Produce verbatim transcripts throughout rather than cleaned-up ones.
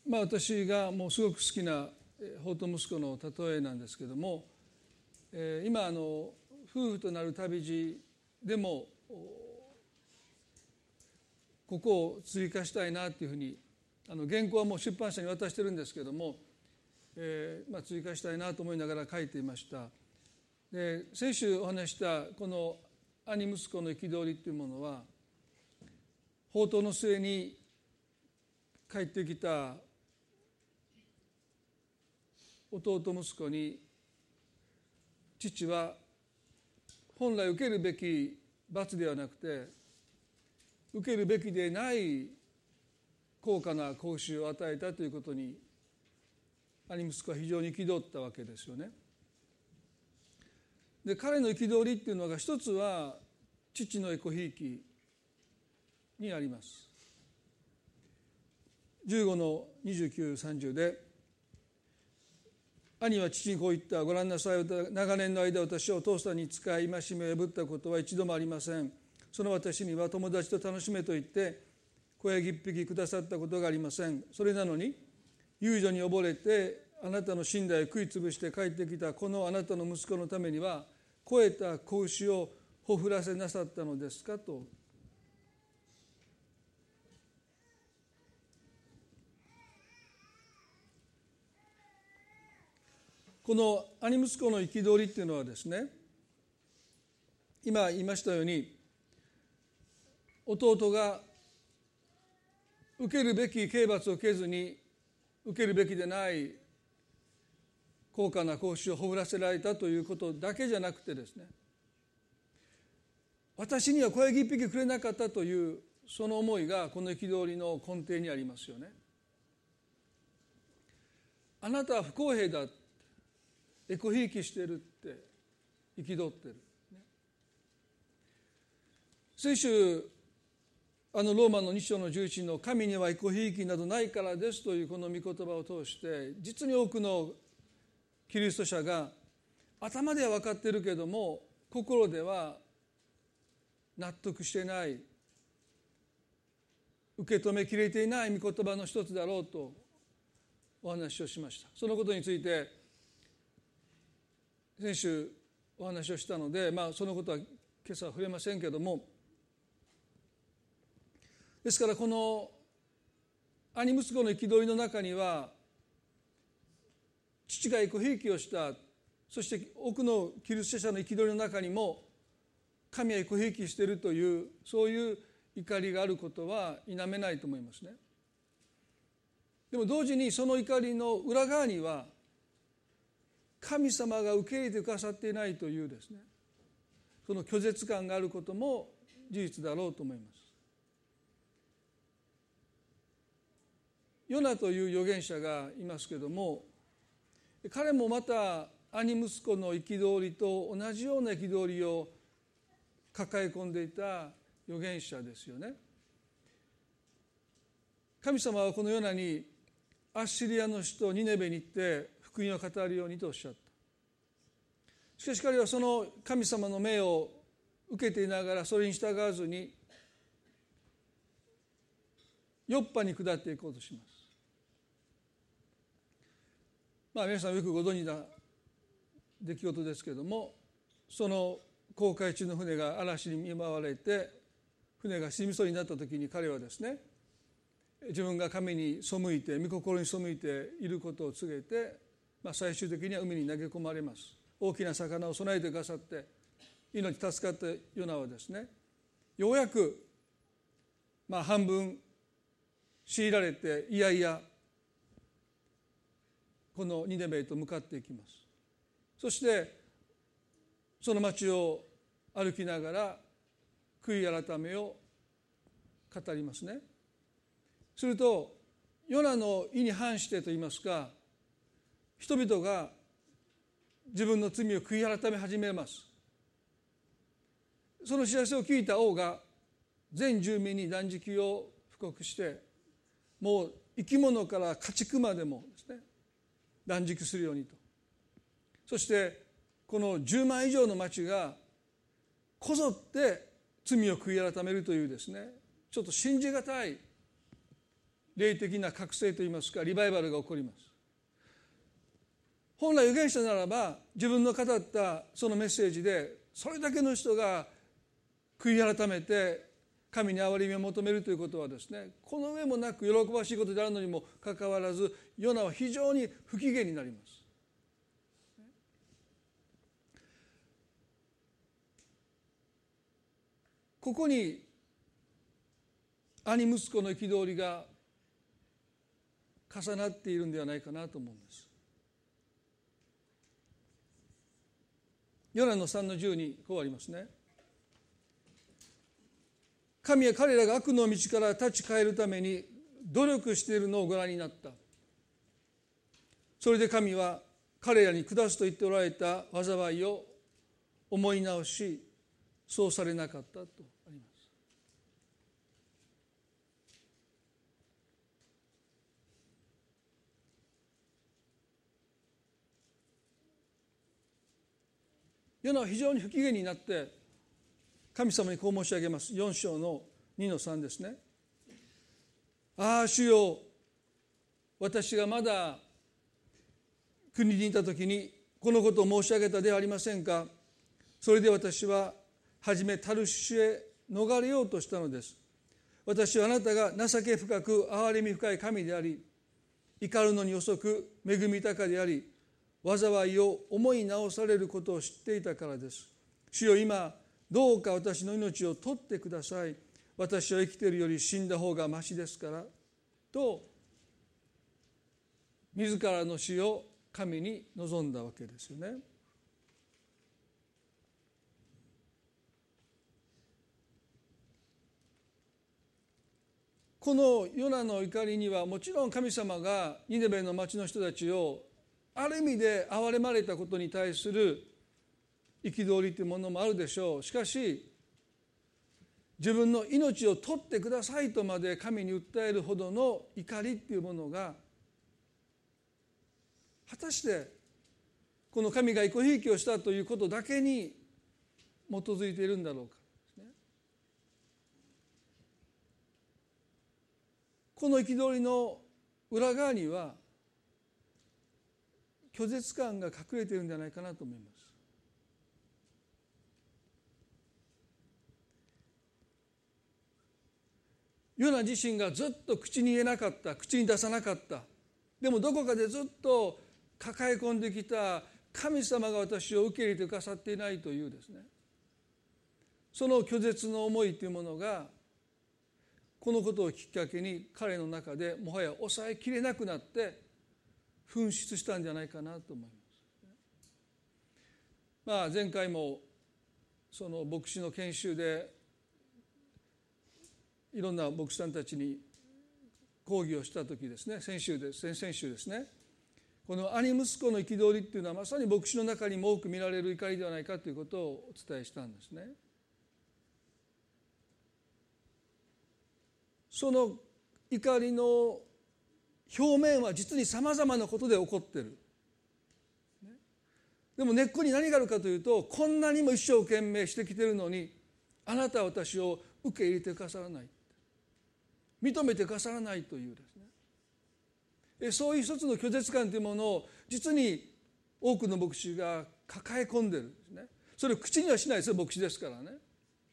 まあ、私がもうすごく好きな法と息子の例えなんですけども、えー、今あの夫婦となる旅路でもここを追加したいなというふうに、あの原稿はもう出版社に渡してるんですけども、えーまあ、追加したいなと思いながら書いていました。で、先週お話したこの兄息子の憤りというものは、放蕩の末に帰ってきた弟息子に、父は本来受けるべき罰ではなくて、受けるべきでない高価な報酬を与えたということに、兄息子は非常に憤ったわけですよね。で、彼の憤りっていうのが一つは父のエコひいきにあります。じゅうごのにじゅうきゅう、さんじゅうで、兄は父にこう言った。ご覧なさい、長年の間私をお父さんに仕え戒めを破ったことは一度もありません。その私には友達と楽しめと言って小ヤギ一匹くださったことがありません。それなのに遊女に溺れてあなたの身代を食いつぶして帰ってきたこのあなたの息子のためには肥えた子牛をほふらせなさったのですかと。この兄息子の憤りっていうのはですね、今言いましたように、弟が受けるべき刑罰を受けずに受けるべきでない高価な報酬をほふらせられたということだけじゃなくてですね、私には小ヤギ一匹くれなかったというその思いがこの憤りの根底にありますよね。あなたは不公平だ、エコひいきしてるって憤ってる、ね、先週あのローマのに章のじゅういちの神にはエコひいきなどないからですというこの御言葉を通して実に多くのキリスト者が頭では分かっているけれども心では納得していない、受け止めきれていない御言葉の一つだろうとお話をしました。そのことについて先週お話をしたので、まあ、そのことは今朝は触れませんけれども、ですからこの兄息子の憤りの中には父がエコひいきをした、そして多くのキリスト者の憤りの中にも神はエコひいきしているというそういう怒りがあることは否めないと思いますね。でも同時にその怒りの裏側には神様が受け入れてくださっていないというですね、その拒絶感があることも事実だろうと思います。ヨナという預言者がいますけれども、彼もまた兄息子の憤りと同じような憤りを抱え込んでいた預言者ですよね。神様はこのヨナにアッシリアの首都ニネベに行って福音を語るようにとおっしゃった。しかし彼はその神様の命を受けていながらそれに従わずにヨッパに下っていこうとします。まあ皆さんよくご存知な出来事ですけれども、その航海中の船が嵐に見舞われて船が沈みそうになった時に彼はですね、自分が神に背いて御心に背いていることを告げて、まあ、最終的には海に投げ込まれます。大きな魚を備えてくださって命助かったヨナはですね、ようやくまあ半分強いられていやいやこのニネベへと向かっていきます。そしてその町を歩きながら悔い改めを語りますね。するとヨナの意に反してといいますか、人々が自分の罪を悔い改め始めます。その知らせを聞いた王が全住民に断食を布告して、もう生き物から家畜までもですね断食するようにと。そしてこのじゅうまん以上の町がこぞって罪を悔い改めるというですね、ちょっと信じがたい霊的な覚醒といいますかリバイバルが起こります。本来預言者ならば自分の語ったそのメッセージでそれだけの人が悔い改めて神に憐れみを求めるということはですね、この上もなく喜ばしいことであるのにもかかわらずヨナは非常に不機嫌になります。ここに兄息子の憤りが重なっているんではないかなと思うんです。ヨナのさんのじゅうにこうありますね。神は彼らが悪の道から立ち返るために努力しているのをご覧になった。それで神は彼らに下すと言っておられた災いを思い直し、そうされなかったとあります。ヨナは非常に不機嫌になって神様にこう申し上げます。よん章のにのさんですね。ああ主よ、私がまだ国にいた時にこのことを申し上げたではありませんか。それで私ははじめタルシュへ逃れようとしたのです。私はあなたが情け深く憐れみ深い神であり、怒るのに遅く恵み豊かであり、災いを思い直されることを知っていたからです。主よ、今どうか私の命を取ってください。私は生きているより死んだ方がましですからと自らの死を神に望んだわけですよね。このヨナの怒りにはもちろん神様がニネベの町の人たちをある意味で憐れまれたことに対する憤りというものもあるでしょう。しかし自分の命を取ってくださいとまで神に訴えるほどの怒りというものが果たしてこの神がいこひいきをしたということだけに基づいているんだろうか。この憤りの裏側には拒絶感が隠れているんじゃないかなと思います。ヨナ自身がずっと口に言えなかった、口に出さなかった、でもどこかでずっと抱え込んできた神様が私を受け入れてくださっていないというですね、その拒絶の思いというものがこのことをきっかけに彼の中でもはや抑えきれなくなって噴出したんじゃないかなと思います。まあ前回もその牧師の研修でいろんな牧師さんたちに講義をした時ですね、先週です先々週ですね、この兄息子の憤りっていうのはまさに牧師の中にも多く見られる怒りではないかということをお伝えしたんですね。その怒りの表面は実にさまざまなことで起こっている。でも根っこに何があるかというと、こんなにも一生懸命してきているのにあなたは私を受け入れてくださらない、認めてくださらないというですね、そういう一つの拒絶感というものを実に多くの牧師が抱え込んでいるんですね。それを口にはしないですよ、牧師ですからね。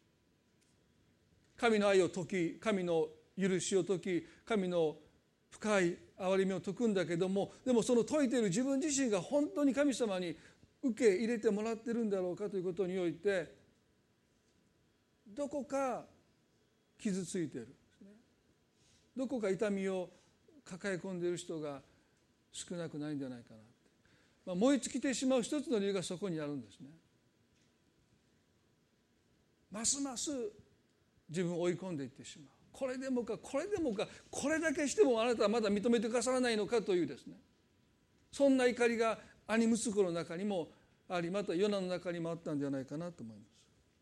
神の愛を説き、神の許しを説き、神の深い憐れみを説くんだけども、でもその説いている自分自身が本当に神様に受け入れてもらっているんだろうかということにおいて、どこか傷ついているんですね。どこか痛みを抱え込んでいる人が少なくないんじゃないかな、まあ、燃え尽きてしまう一つの理由がそこにあるんですね。ますます自分を追い込んでいってしまう。これでもかこれでもかこれだけしてもあなたはまだ認めてくださらないのかというですね、そんな怒りが兄息子の中にもあり、またヨナの中にもあったんじゃないかなと思います。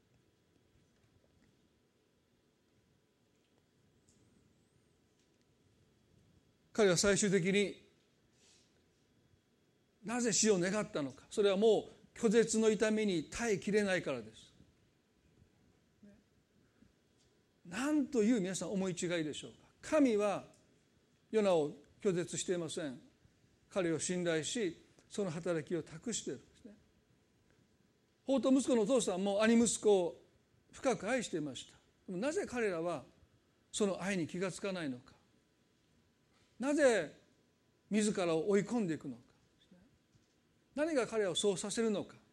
彼は最終的になぜ死を願ったのか。それはもう拒絶の痛みに耐えきれないからです。なんという皆さん思い違いでしょうか。神はヨナを拒絶していません。彼を信頼し、その働きを託しているんですね。法と息子のお父さんも兄息子を深く愛していました。でもなぜ彼らはその愛に気がつかないのか。なぜ自らを追い込んでいくのか。何が彼らをそうさせるのか。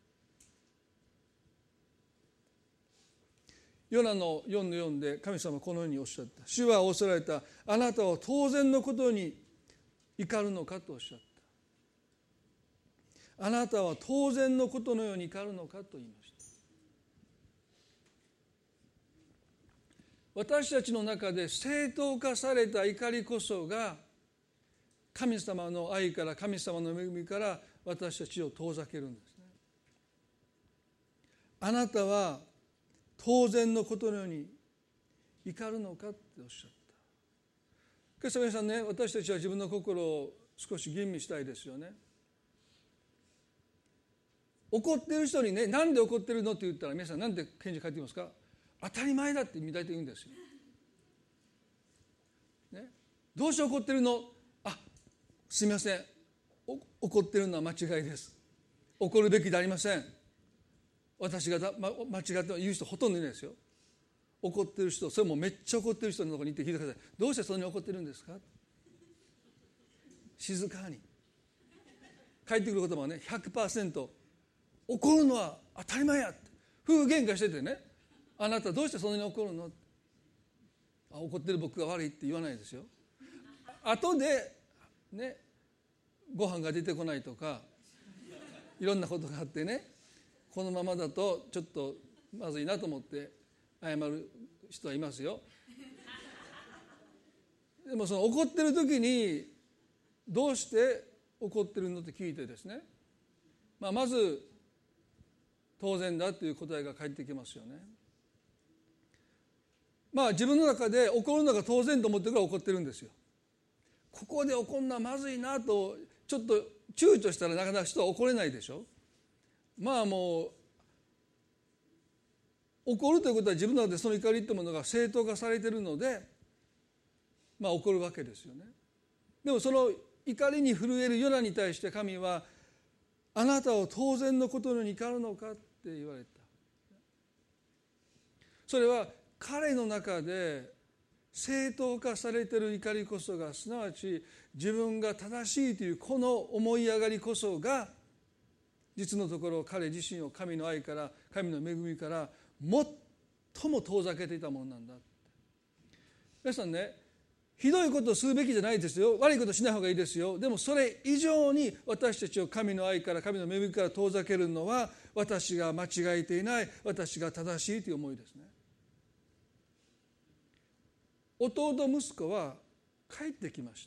ヨナのよんのよんで神様はこのようにおっしゃった。主は仰せられた。あなたは当然のことに怒るのかとおっしゃった。あなたは当然のことのように怒るのかと言いました。私たちの中で正当化された怒りこそが神様の愛から神様の恵みから私たちを遠ざけるんですね。あなたは当然のことのように怒るのかっておっしゃった。今朝皆さんね、私たちは自分の心を少し吟味したいですよね。怒っている人にね、なんで怒ってるのって言ったら皆さんなんで返事返ってきますか？当たり前だって大体言うんですよ、ね、どうして怒ってるの？あ、すみません、怒ってるのは間違いです。怒るべきでありません。私がだ、ま、間違って言う人ほとんどいないですよ。怒ってる人、それもめっちゃ怒ってる人のところに行って聞いてください。どうしてそんなに怒ってるんですか？静かに返ってくる言葉はね ひゃくパーセント 怒るのは当たり前やって。夫婦喧嘩しててね、あなたどうしてそんなに怒るの？あ、怒ってる僕が悪いって言わないですよ。後でね、ご飯が出てこないとかいろんなことがあってね、このままだとちょっとまずいなと思って謝る人はいますよ。でもその怒ってる時にどうして怒ってるのって聞いてですね、まあ、まず当然だという答えが返ってきますよね。まあ自分の中で怒るのが当然と思ってるから怒ってるんですよ。ここで怒るのはまずいなとちょっと躊躇したらなかなか人は怒れないでしょ。まあもう怒るということは自分の中でその怒りというものが正当化されているので、まあ怒るわけですよね。でもその怒りに震えるヨナに対して神は、あなたを当然のことのように怒るのかって言われた。それは彼の中で正当化されている怒りこそが、すなわち自分が正しいというこの思い上がりこそが、実のところ彼自身を神の愛から神の恵みから最も遠ざけていたものなんだ。皆さんね、ひどいことをするべきじゃないですよ。悪いことしない方がいいですよ。でもそれ以上に私たちを神の愛から神の恵みから遠ざけるのは、私が間違えていない、私が正しいという思いですね。弟息子は帰ってきました。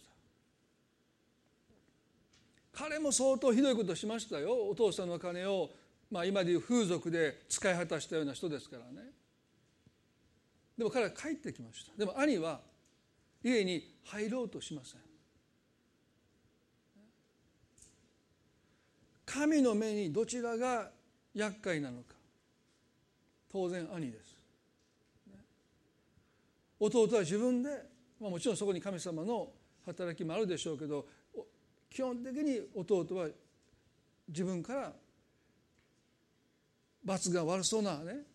彼も相当ひどいことをしましたよ。お父さんの金を、まあ、今でいう風俗で使い果たしたような人ですからね。でも彼は帰ってきました。でも兄は家に入ろうとしません。神の目にどちらが厄介なのか。当然兄です。弟は自分で、まあ、もちろんそこに神様の働きもあるでしょうけど、基本的に弟は自分から罰が悪そうなね、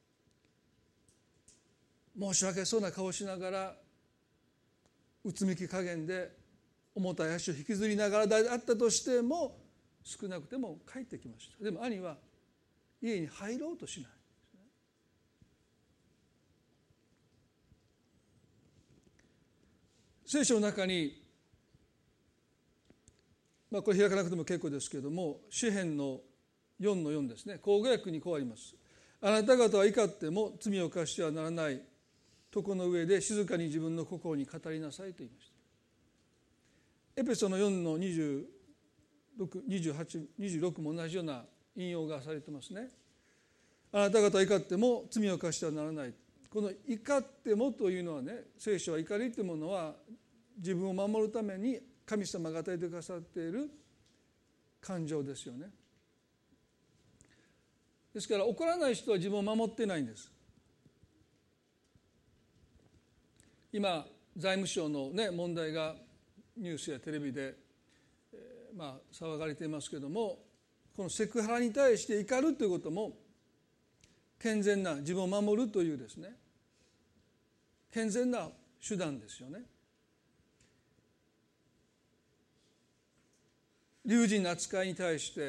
申し訳そうな顔しながら、うつむき加減で重たい足を引きずりながらであったとしても、少なくても帰ってきました。でも兄は家に入ろうとしない。聖書の中に、まあ、これ開かなくても結構ですけれども、詩編のよんのよんですね。口語訳にこうあります。あなた方は怒っても罪を犯してはならない。床の上で静かに自分の心に語りなさいと言いました。エペソのよんのにじゅうろく、にじゅうはち、にじゅうろくも同じような引用がされてますね。あなた方は怒っても罪を犯してはならない。この怒ってもというのはね、聖書は怒りというものは自分を守るために神様が与えてくださっている感情ですよね。ですから怒らない人は自分を守ってないんです。今財務省の、ね、問題がニュースやテレビで、えー、まあ騒がれていますけれども、このセクハラに対して怒るということも健全な自分を守るというですね、健全な手段ですよね。理不尽な扱いに対して、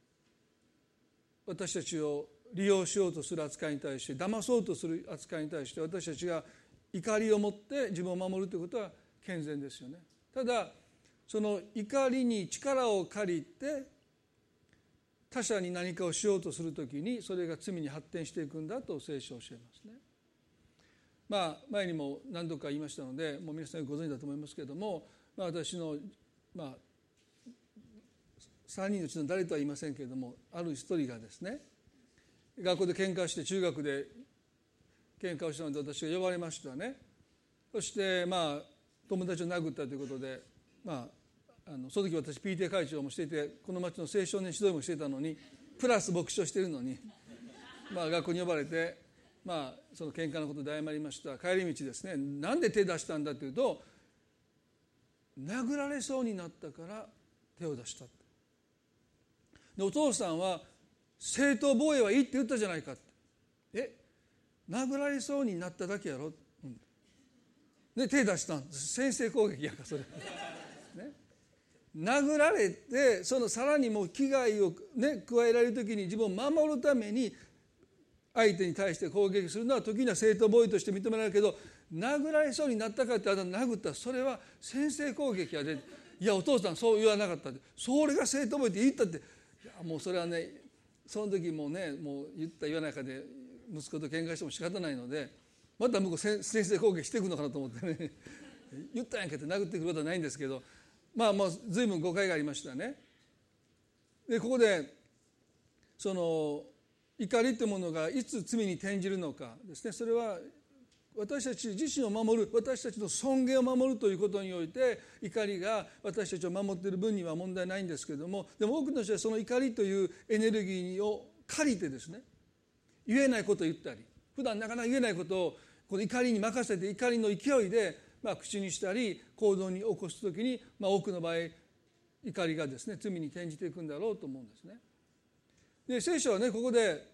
私たちを利用しようとする扱いに対して、騙そうとする扱いに対して、私たちが怒りを持って自分を守るということは健全ですよね。ただその怒りに力を借りて他者に何かをしようとするときに、それが罪に発展していくんだと聖書を教えますね。まあ前にも何度か言いましたので、もう皆さんご存知だと思いますけれども、まあ、私のまあさんにんのうちの誰とは言いませんけれども、ある一人がですね、学校で喧嘩して、中学で喧嘩をしたので私が呼ばれましたね。そしてまあ友達を殴ったということで、まあ、あのその時私 ピーティー 会長もしていて、この町の青少年指導もしていたのに、プラス牧師をしているのに、まあ、学校に呼ばれて、まあ、その喧嘩のことで謝りました。帰り道ですね、なんで手出したんだというと、殴られそうになったから手を出した。でお父さんは正当防衛はいいって言ったじゃないかって。え殴られそうになっただけやろ、うん、で手出したんです。先制攻撃やからそれ、ね、殴られて、そのさらにもう危害を、ね、加えられる時に自分を守るために相手に対して攻撃するのは時には正当防衛として認められるけど、殴られそうになったからってあなた殴ったらそれは先制攻撃やで。いやお父さんそう言わなかったって、それが正当防衛って言ったって、いやもうそれはね、その時もね、もう言った言わないかで息子と喧嘩しても仕方ないので、また向こう先制攻撃していくのかなと思ってね言ったんやけど殴ってくることはないんですけど、まあもう随分誤解がありましたね。でここでその怒りというものがいつ罪に転じるのかですね、それは私たち自身を守る、私たちの尊厳を守るということにおいて怒りが私たちを守っている分には問題ないんですけれども、でも多くの人はその怒りというエネルギーを借りてですね、言えないことを言ったり、普段なかなか言えないことをこの怒りに任せて、怒りの勢いでまあ口にしたり行動に起こすときに、まあ多くの場合怒りがですね罪に転じていくんだろうと思うんですね。で聖書はね、ここで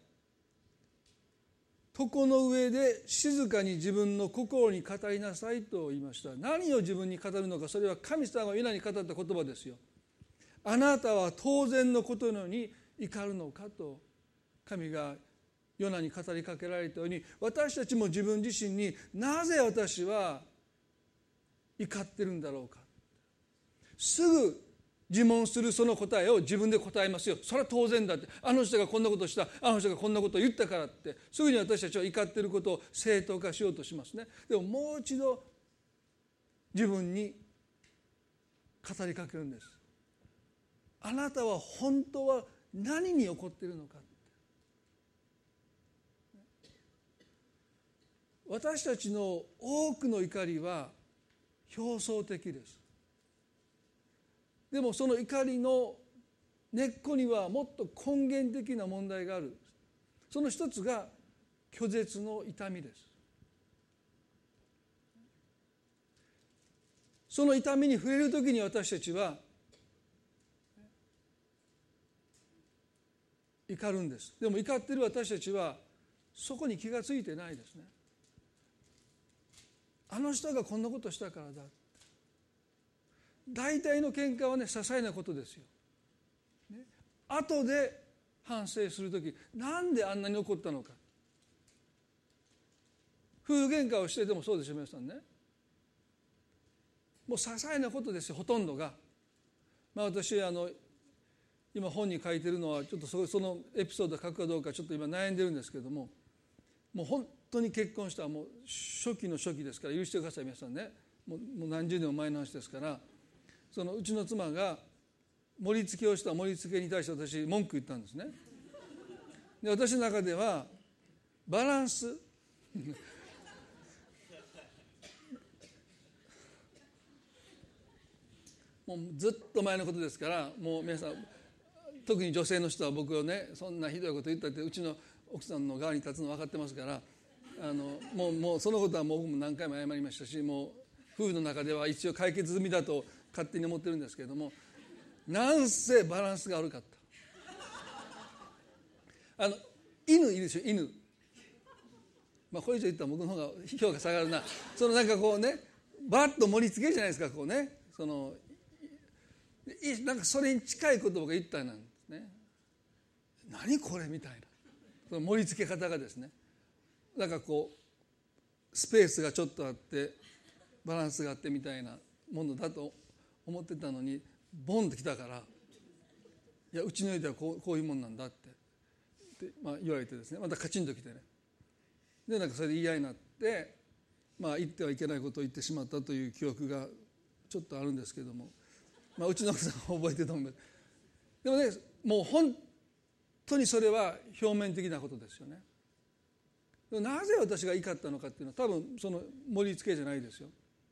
床の上で静かに自分の心に語りなさいと言いました。何を自分に語るのか、それは神様が皆に語った言葉ですよ。あなたは当然のことのように怒るのかと神がヨナに語りかけられたように、私たちも自分自身になぜ私は怒ってるんだろうか、すぐ自問するその答えを自分で答えますよ。それは当然だって、あの人がこんなことした、あの人がこんなことを言ったからって、すぐに私たちは怒っていることを正当化しようとしますね。でももう一度自分に語りかけるんです。あなたは本当は何に怒っているのか。私たちの多くの怒りは表層的です。でもその怒りの根っこにはもっと根源的な問題がある。その一つが拒絶の痛みです。その痛みに触れるときに私たちは怒るんです。でも怒っている私たちはそこに気がついてないですね。あの人がこんなことしたからだ。大体の喧嘩はね、些細なことですよ、ね、後で反省するとき、なんであんなに怒ったのか。夫婦喧嘩をしててもそうでしょ皆さんね。もう些細なことですよ、ほとんどが。まあ私あの今本に書いてるのはちょっとそのエピソードを書くかどうかちょっと今悩んでるんですけども、もう本当に結婚したらもう初期の初期ですから許してください皆さんね。もうもう何十年も前の話ですから、そのうちの妻が盛り付けをした盛り付けに対して私文句言ったんですね。で私の中ではバランスもうずっと前のことですから、もう皆さん特に女性の人は僕をね、そんなひどいこと言ったってうちの奥さんの側に立つの分かってますから、あのもうもうそのことはもう僕も何回も謝りましたし、もう夫婦の中では一応解決済みだと勝手に思ってるんですけれども、なんせバランスが悪かった。あの犬いるでしょ、犬。まあこれ以上言ったら僕の方が評価下がるな。そのなんかこうね、バッと盛り付けるじゃないですか、こうね、そのなんかそれに近い言葉が言ったんですね。何これみたいな、その盛り付け方がですね、なんかこうスペースがちょっとあってバランスがあってみたいなものだと思ってたのに、ボンときたから、いやうちの家ではこう、こういうもんなんだって、ってまあ、言われてですね、またカチンときてね、でなんかそれで言い合いになって、まあ言ってはいけないことを言ってしまったという記憶がちょっとあるんですけども、まあ、うちの奥さんは覚えてると思います。でもね、もう本当にそれは表面的なことですよね。なぜ私が怒ったのかっていうのは、多分その盛り付けじゃないですよ。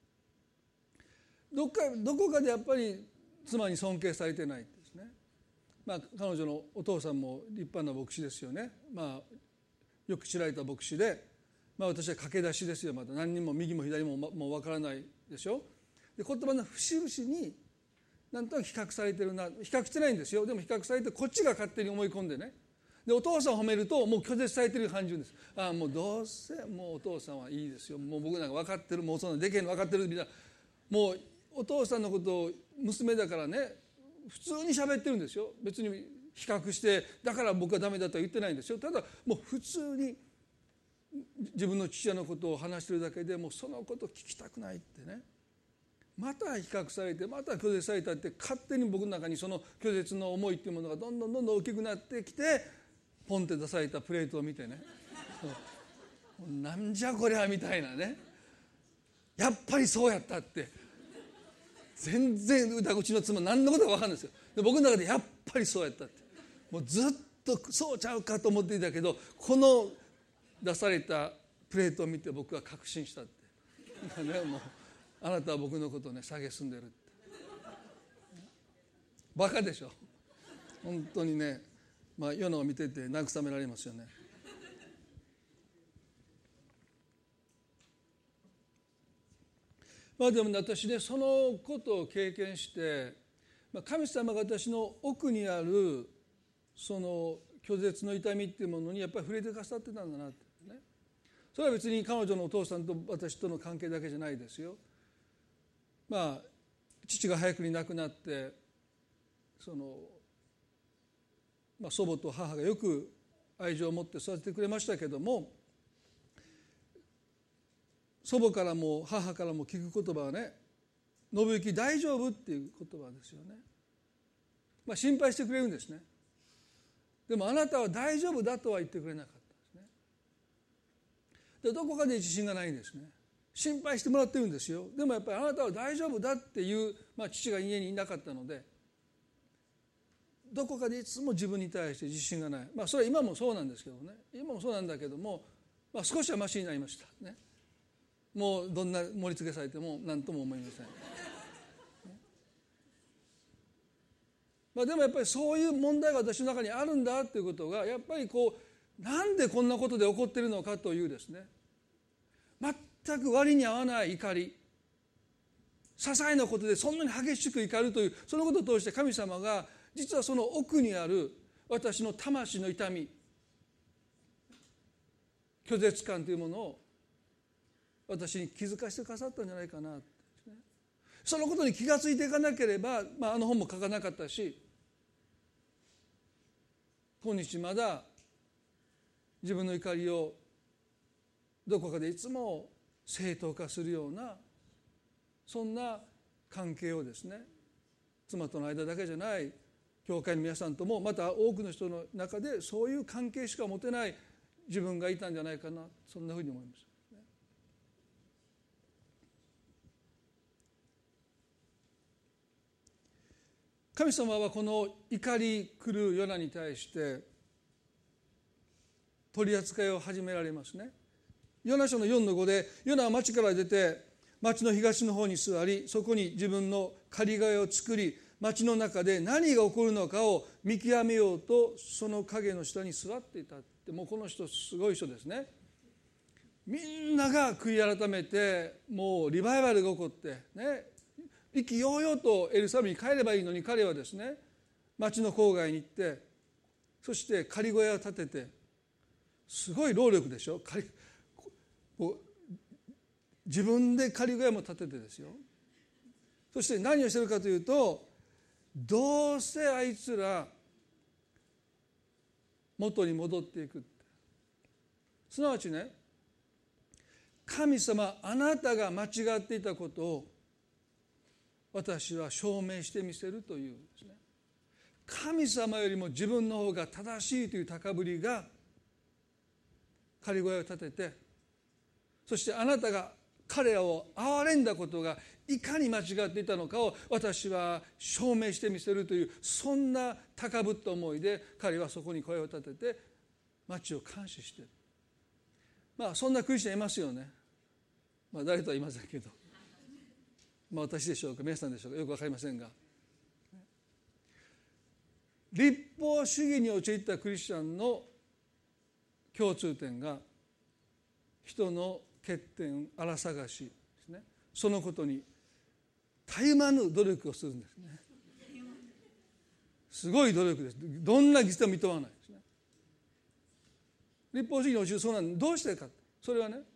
どっかどこかでやっぱり妻に尊敬されてないですね。まあ彼女のお父さんも立派な牧師ですよね。まあよく知られた牧師で、まあ私は駆け出しですよ。まだ何にも右も左ももう分からないでしょ。で言葉の節々になんとなく比較されてるな、比較してないんですよ。でも比較されてこっちが勝手に思い込んでね。でお父さんを褒めるともう拒絶されてる感じるんです。ああもうどうせもうお父さんはいいですよ。もう僕なんか分かってる、もうそんなでけえの分かってるみたいな。もうお父さんのことを娘だからね普通に喋ってるんですよ。別に比較してだから僕はダメだとは言ってないんですよ。ただもう普通に自分の父親のことを話してるだけでもうそのことを聞きたくないってね。また比較されてまた拒絶されたって勝手に僕の中にその拒絶の思いっていうものがどんどんどんどん大きくなってきて、ポンって出されたプレートを見てねなんじゃこりゃみたいなね、やっぱりそうやったって、全然うちの妻何のことか分かんないですよ。で僕の中でやっぱりそうやったって、もうずっとそうちゃうかと思っていたけど、この出されたプレートを見て僕は確信したって、ね、もうあなたは僕のことをね蔑んでるって、バカでしょ本当にね。まあ世のを見てて慰められますよね。まあでも、ね、私ねそのことを経験して、まあ、神様が私の奥にあるその拒絶の痛みっていうものにやっぱり触れてくださってたんだなってね。それは別に彼女のお父さんと私との関係だけじゃないですよ。まあ父が早くに亡くなって、その、まあ、祖母と母がよく愛情を持って育ててくれましたけども、祖母からも母からも聞く言葉はね、信行大丈夫っていう言葉ですよね。まあ心配してくれるんですね。でもあなたは大丈夫だとは言ってくれなかったんですね。でどこかで自信がないんですね。心配してもらってるんですよ。でもやっぱりあなたは大丈夫だっていう、まあ、父が家にいなかったので、どこかでいつも自分に対して自信がない。まあそれは今もそうなんですけどね。今もそうなんだけども、まあ、少しはマシになりましたね。もうどんな盛り付けされても何とも思いません。まあでもやっぱりそういう問題が私の中にあるんだということが、やっぱりこうなんでこんなことで起こっているのかというですね、全く割に合わない怒り、些細なことでそんなに激しく怒るという、そのことを通して神様が実はその奥にある私の魂の痛み、拒絶感というものを私に気づかせてくださったんじゃないかな。そのことに気がついていかなければ、まあ、あの本も書かなかったし、今日まだ自分の怒りをどこかでいつも正当化するような、そんな関係をですね、妻との間だけじゃない教会の皆さんとも、また多くの人の中でそういう関係しか持てない自分がいたんじゃないかな、そんなふうに思います。神様はこの怒り狂うヨナに対して取り扱いを始められますね。ヨナ書のよんのごで、ヨナは町から出て町の東の方に座り、そこに自分の狩り小屋を作り、町の中で何が起こるのかを見極めようとその影の下に座っていたって。もうこの人すごい人ですね。みんなが悔い改めて、もうリバイバルが起こってね、 意気揚々とエルサレムに帰ればいいのに、彼はですね、町の郊外に行って、そして仮小屋を建てて、すごい労力でしょ。仮こう自分で仮小屋も建ててですよ。そして何をしてるかというと、どうせあいつら元に戻っていくって、すなわちね、神様あなたが間違っていたことを私は証明してみせるというんですね。神様よりも自分の方が正しいという高ぶりが仮小屋を建てて、そしてあなたが彼らを憐れんだことがいかに間違っていたのかを私は証明してみせるという、そんな高ぶった思いで彼はそこに小屋を建てて町を監視している。まあそんなクリスチャンいますよね。まあ誰とは言いませんけど、まあ私でしょうか皆さんでしょうか、よく分かりませんが、立法主義に陥ったクリスチャンの共通点が、人の欠点、荒探しですね。そのことにたゆまぬ努力をするんですね。すごい努力です。どんな犠牲も厭わないですね。立法主義に陥るそうなんで、どうしてか。それはね、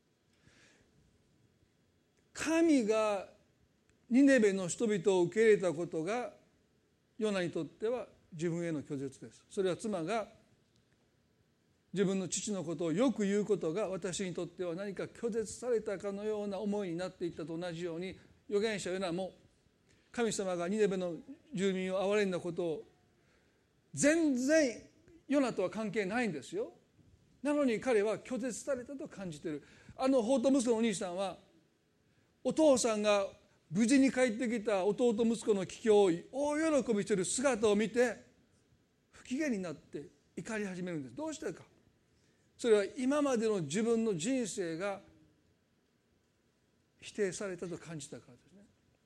神がニネベの人々を受け入れたことがヨナにとっては自分への拒絶です。それは妻が自分の父のことをよく言うことが私にとっては何か拒絶されたかのような思いになっていったと同じように、預言者ヨナも神様がニネベの住民を憐れんだことを全然ヨナとは関係ないんですよ。なのに彼は拒絶されたと感じている。あの放蕩息子のお兄さんは、お父さんが無事に帰ってきた弟息子の帰郷を大喜びしている姿を見て不機嫌になって怒り始めるんです。どうしてか。それは今までの自分の人生が否定されたと感じたからですね。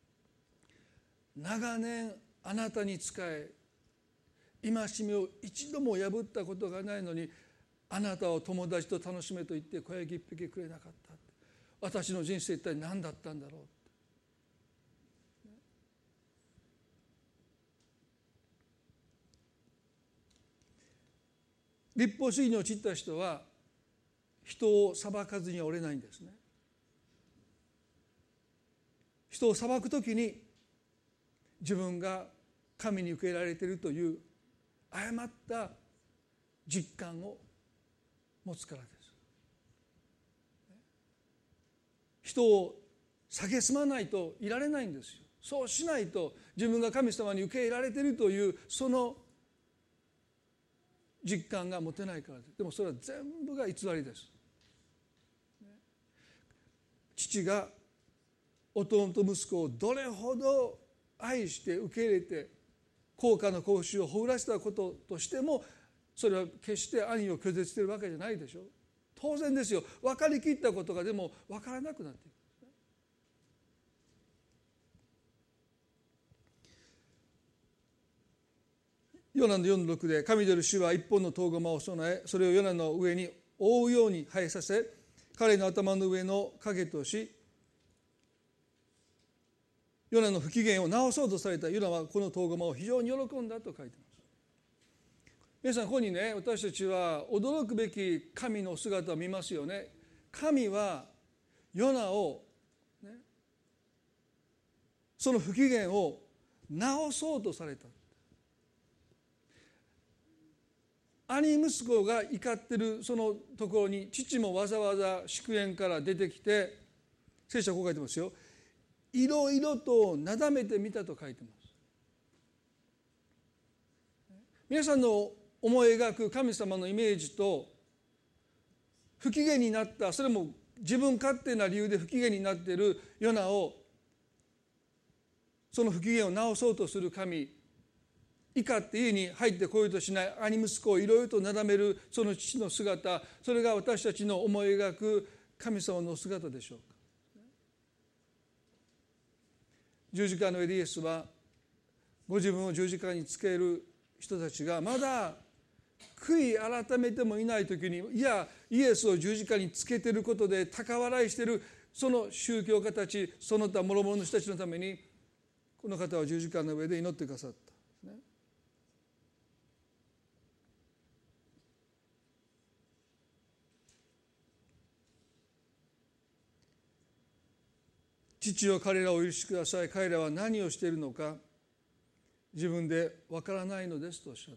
長年あなたに仕え戒めを一度も破ったことがないのに、あなたを友達と楽しめと言って小焼き一匹くれなかった。私の人生一体何だったんだろう。立法主義に陥った人は人を裁かずにはおれないんですね。人を裁くときに自分が神に受け入れられているという誤った実感を持つからです。人を蔑まないといられないんですよ。そうしないと自分が神様に受け入れられているというその実感が持てないからです。でもそれは全部が偽りです。父が弟息子をどれほど愛して受け入れて高価な報酬をほぐらせたこととしても、それは決して兄を拒絶しているわけじゃないでしょう。当然ですよ。分かりきったことがでも分からなくなっていく。ヨナのよんのろくで、神である主は一本の塔駒を備え、それをヨナの上に覆うように生えさせ、彼の頭の上の影とし、ヨナの不機嫌を直そうとされたヨナはこの塔駒を非常に喜んだと書いています。皆さん、ここにね、私たちは驚くべき神の姿を見ますよね。神はヨナを、ね、その不機嫌を直そうとされた。兄息子が怒っているそのところに父もわざわざ祝宴から出てきて、聖書はこう書いてますよ。いろいろとなだめてみたと書いてます。皆さんの思い描く神様のイメージと、不機嫌になった、それも自分勝手な理由で不機嫌になっているヨナを、その不機嫌を直そうとする神、怒って家に入ってこようとしない兄息子をいろいろとなだめるその父の姿、それが私たちの思い描く神様の姿でしょうか。十字架の上でイエスはご自分を十字架につける人たちがまだ悔い改めてもいない時に、いやイエスを十字架につけていることで高笑いしているその宗教家たち、その他諸々の人たちのためにこの方は十字架の上で祈ってくださった、ね、父よ、彼らをお許しください。彼らは何をしているのか自分でわからないのですとおっしゃった。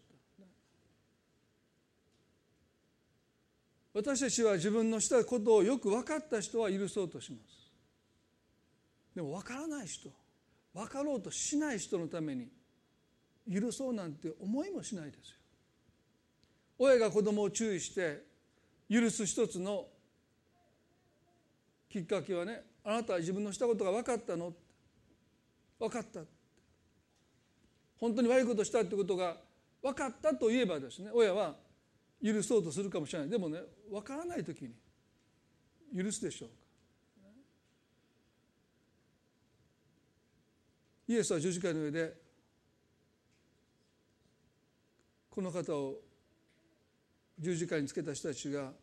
私たちは自分のしたことをよく分かった人は許そうとします。でも分からない人、分かろうとしない人のために許そうなんて思いもしないですよ。親が子供を注意して許す一つのきっかけはね、あなたは自分のしたことが分かったの？分かった。本当に悪いことしたってことが分かったと言えばですね、親は許そうとするかもしれない。でもね、分からないときに許すでしょうか。イエスは十字架の上でこの方を十字架につけた人たちが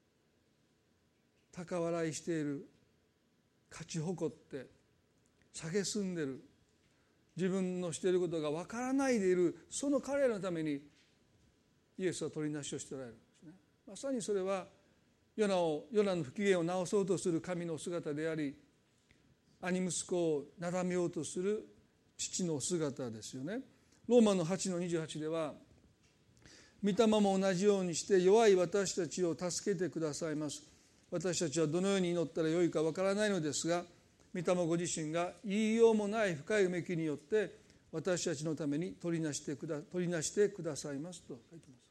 高笑いしている、勝ち誇って蔑んでる、自分のしていることが分からないでいる、その彼らのためにイエスは取りなしをしておられるんですね。まさにそれはヨナをヨナの不機嫌を直そうとする神の姿であり、兄息子をなだめようとする父の姿ですよね。ローマのはちのにじゅうはちでは、御霊も同じようにして弱い私たちを助けてくださいます。私たちはどのように祈ったらよいかわからないのですが、御霊ご自身が言いようもない深いうめきによって私たちのために取りなしてくだ、取りなしてくださいますと書いてます。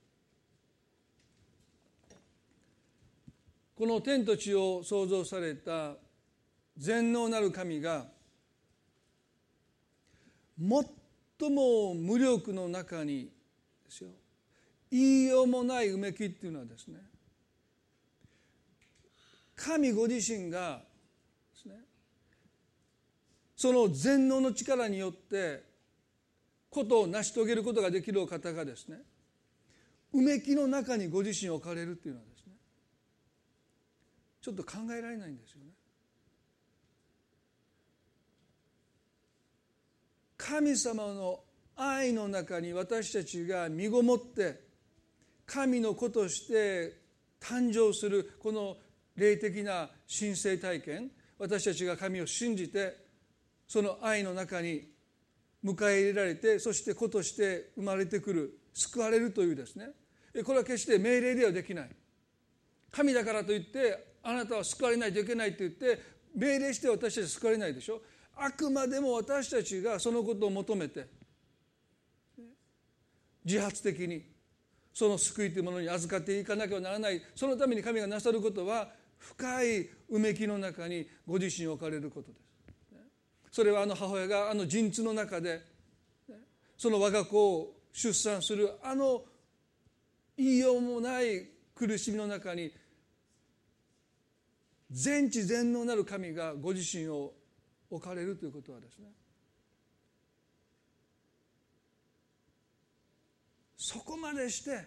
この天と地を創造された全能なる神が最も無力の中にですよ、言いようもないうめきっていうのはですね、神ご自身がですね、その全能の力によってことを成し遂げることができるお方がですね、うめきの中にご自身を置かれるっていうのはですね、ちょっと考えられないんですよね。神様の愛の中に私たちが身ごもって神の子として誕生するこの霊的な神聖体験、私たちが神を信じてその愛の中に迎え入れられて、そして子として生まれてくる、救われるというですね、これは決して命令ではできない。神だからといってあなたは救われないといけないと言って命令して私たちは救われないでしょ。あくまでも私たちがそのことを求めて自発的にその救いというものに預かっていかなければならない。そのために神がなさることは深いうめきの中にご自身を置かれることです。それはあの母親があの陣痛の中でその我が子を出産するあの言いようもない苦しみの中に全知全能なる神がご自身を置かれるということはですね、そこまでして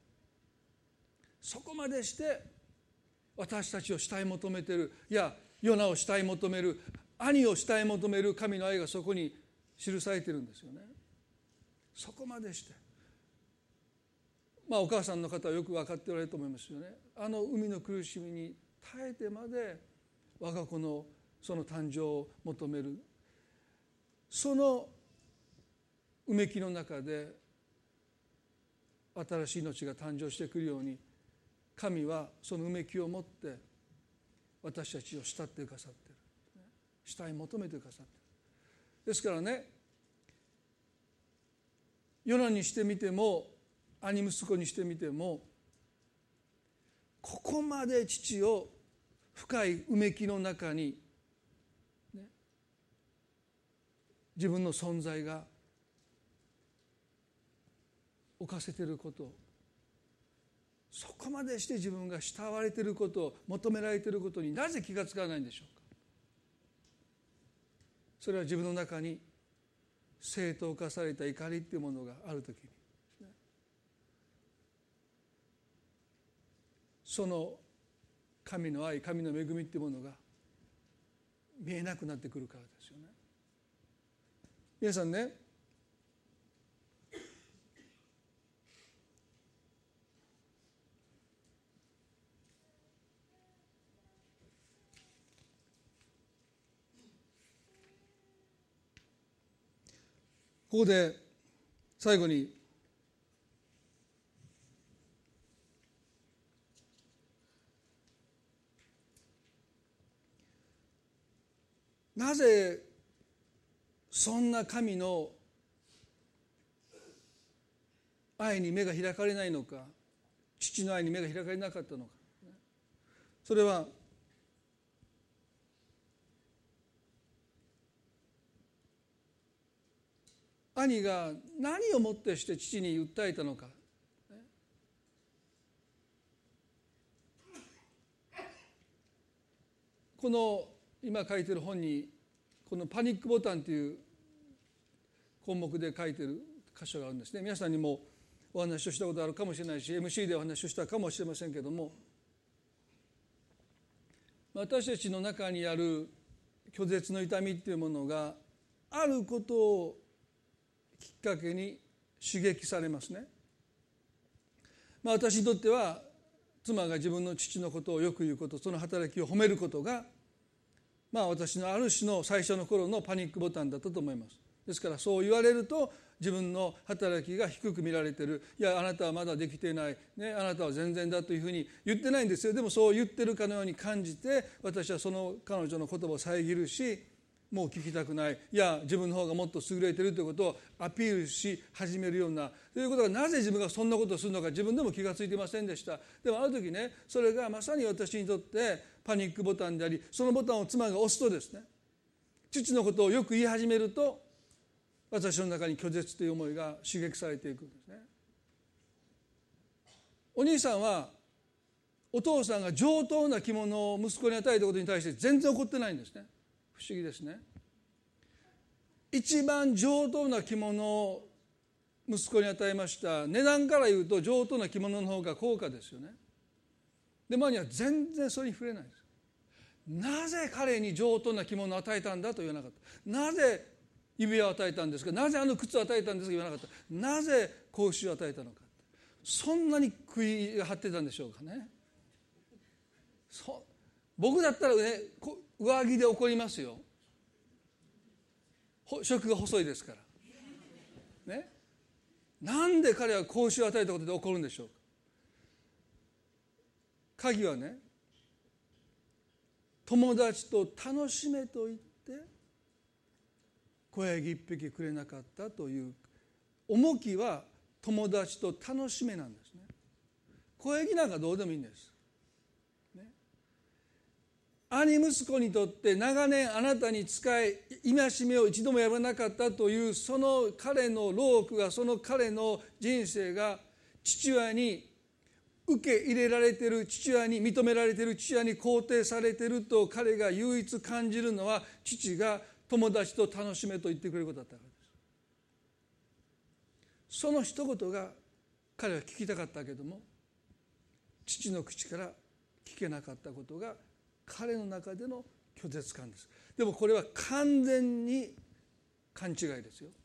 そこまでして私たちを慕い求めている、いやヨナを慕い求める、兄を慕い求める神の愛がそこに記されているんですよね。そこまでして、まあお母さんの方はよく分かっておられると思いますよね。あの海の苦しみに耐えてまで我が子のその誕生を求める、そのうめきの中で新しい命が誕生してくるように、神はそのうめきを持って私たちを慕ってくださっている、慕い求めてくださっている。ですからね、ヨナにしてみても兄息子にしてみても、ここまで父を深いうめきの中に、ね、自分の存在が置かせていること、そこまでして自分が慕われていることを求められていることになぜ気がつかないんでしょうか。それは自分の中に正当化された怒りというものがあるときに、その神の愛、神の恵みというものが見えなくなってくるからですよね。 皆さんね、ここで最後になぜそんな神の愛に目が開かれないのか、父の愛に目が開かれなかったのか。それは兄が何をもってして父に訴えたのか。この今書いている本にこのパニックボタンという項目で書いている箇所があるんですね。皆さんにもお話をしたことあるかもしれないし エムシー でお話をしたかもしれませんけども、私たちの中にある拒絶の痛みっていうものがあることをきっかけに刺激されますね。まあ、私にとっては妻が自分の父のことをよく言うこと、その働きを褒めることが、まあ、私のある種の最初の頃のパニックボタンだったと思います。ですからそう言われると自分の働きが低く見られている、いやあなたはまだできていない、ね、あなたは全然だというふうに言ってないんですよ。でもそう言ってるかのように感じて、私はその彼女の言葉を遮るし、もう聞きたくない、いや自分の方がもっと優れているということをアピールし始めるような、ということがなぜ自分がそんなことをするのか自分でも気がついていませんでした。でもある時ね、それがまさに私にとってパニックボタンであり、そのボタンを妻が押すとですね、父のことをよく言い始めると私の中に拒絶という思いが刺激されていくんですね。お兄さんはお父さんが上等な着物を息子に与えたことに対して全然怒ってないんですね。不思議ですね。一番上等な着物を息子に与えました。値段から言うと上等な着物の方が高価ですよね。でマニは全然それに触れないです。なぜ彼に上等な着物を与えたんだと言わなかった。なぜ指輪を与えたんですか、なぜあの靴を与えたんですか言わなかった。なぜ格子を与えたのか、そんなに悔いが張ってたんでしょうかね。そ僕だったらね、上着で怒りますよ。食が細いですからね。なんで彼は格子を与えたことで怒るんでしょうか。鍵はね、友達と楽しめと言って小ヤギ一匹くれなかったという重きは友達と楽しめなんですね。小ヤギなんかどうでもいいんです、ね、兄息子にとって長年あなたに仕え戒めを一度もやらなかったというその彼の労苦が、その彼の人生が父親に受け入れられている、父親に認められている、父親に肯定されていると彼が唯一感じるのは、父が友達と楽しめと言ってくれることだったからです。その一言が彼は聞きたかったけども、父の口から聞けなかったことが彼の中での拒絶感です。でもこれは完全に勘違いですよ。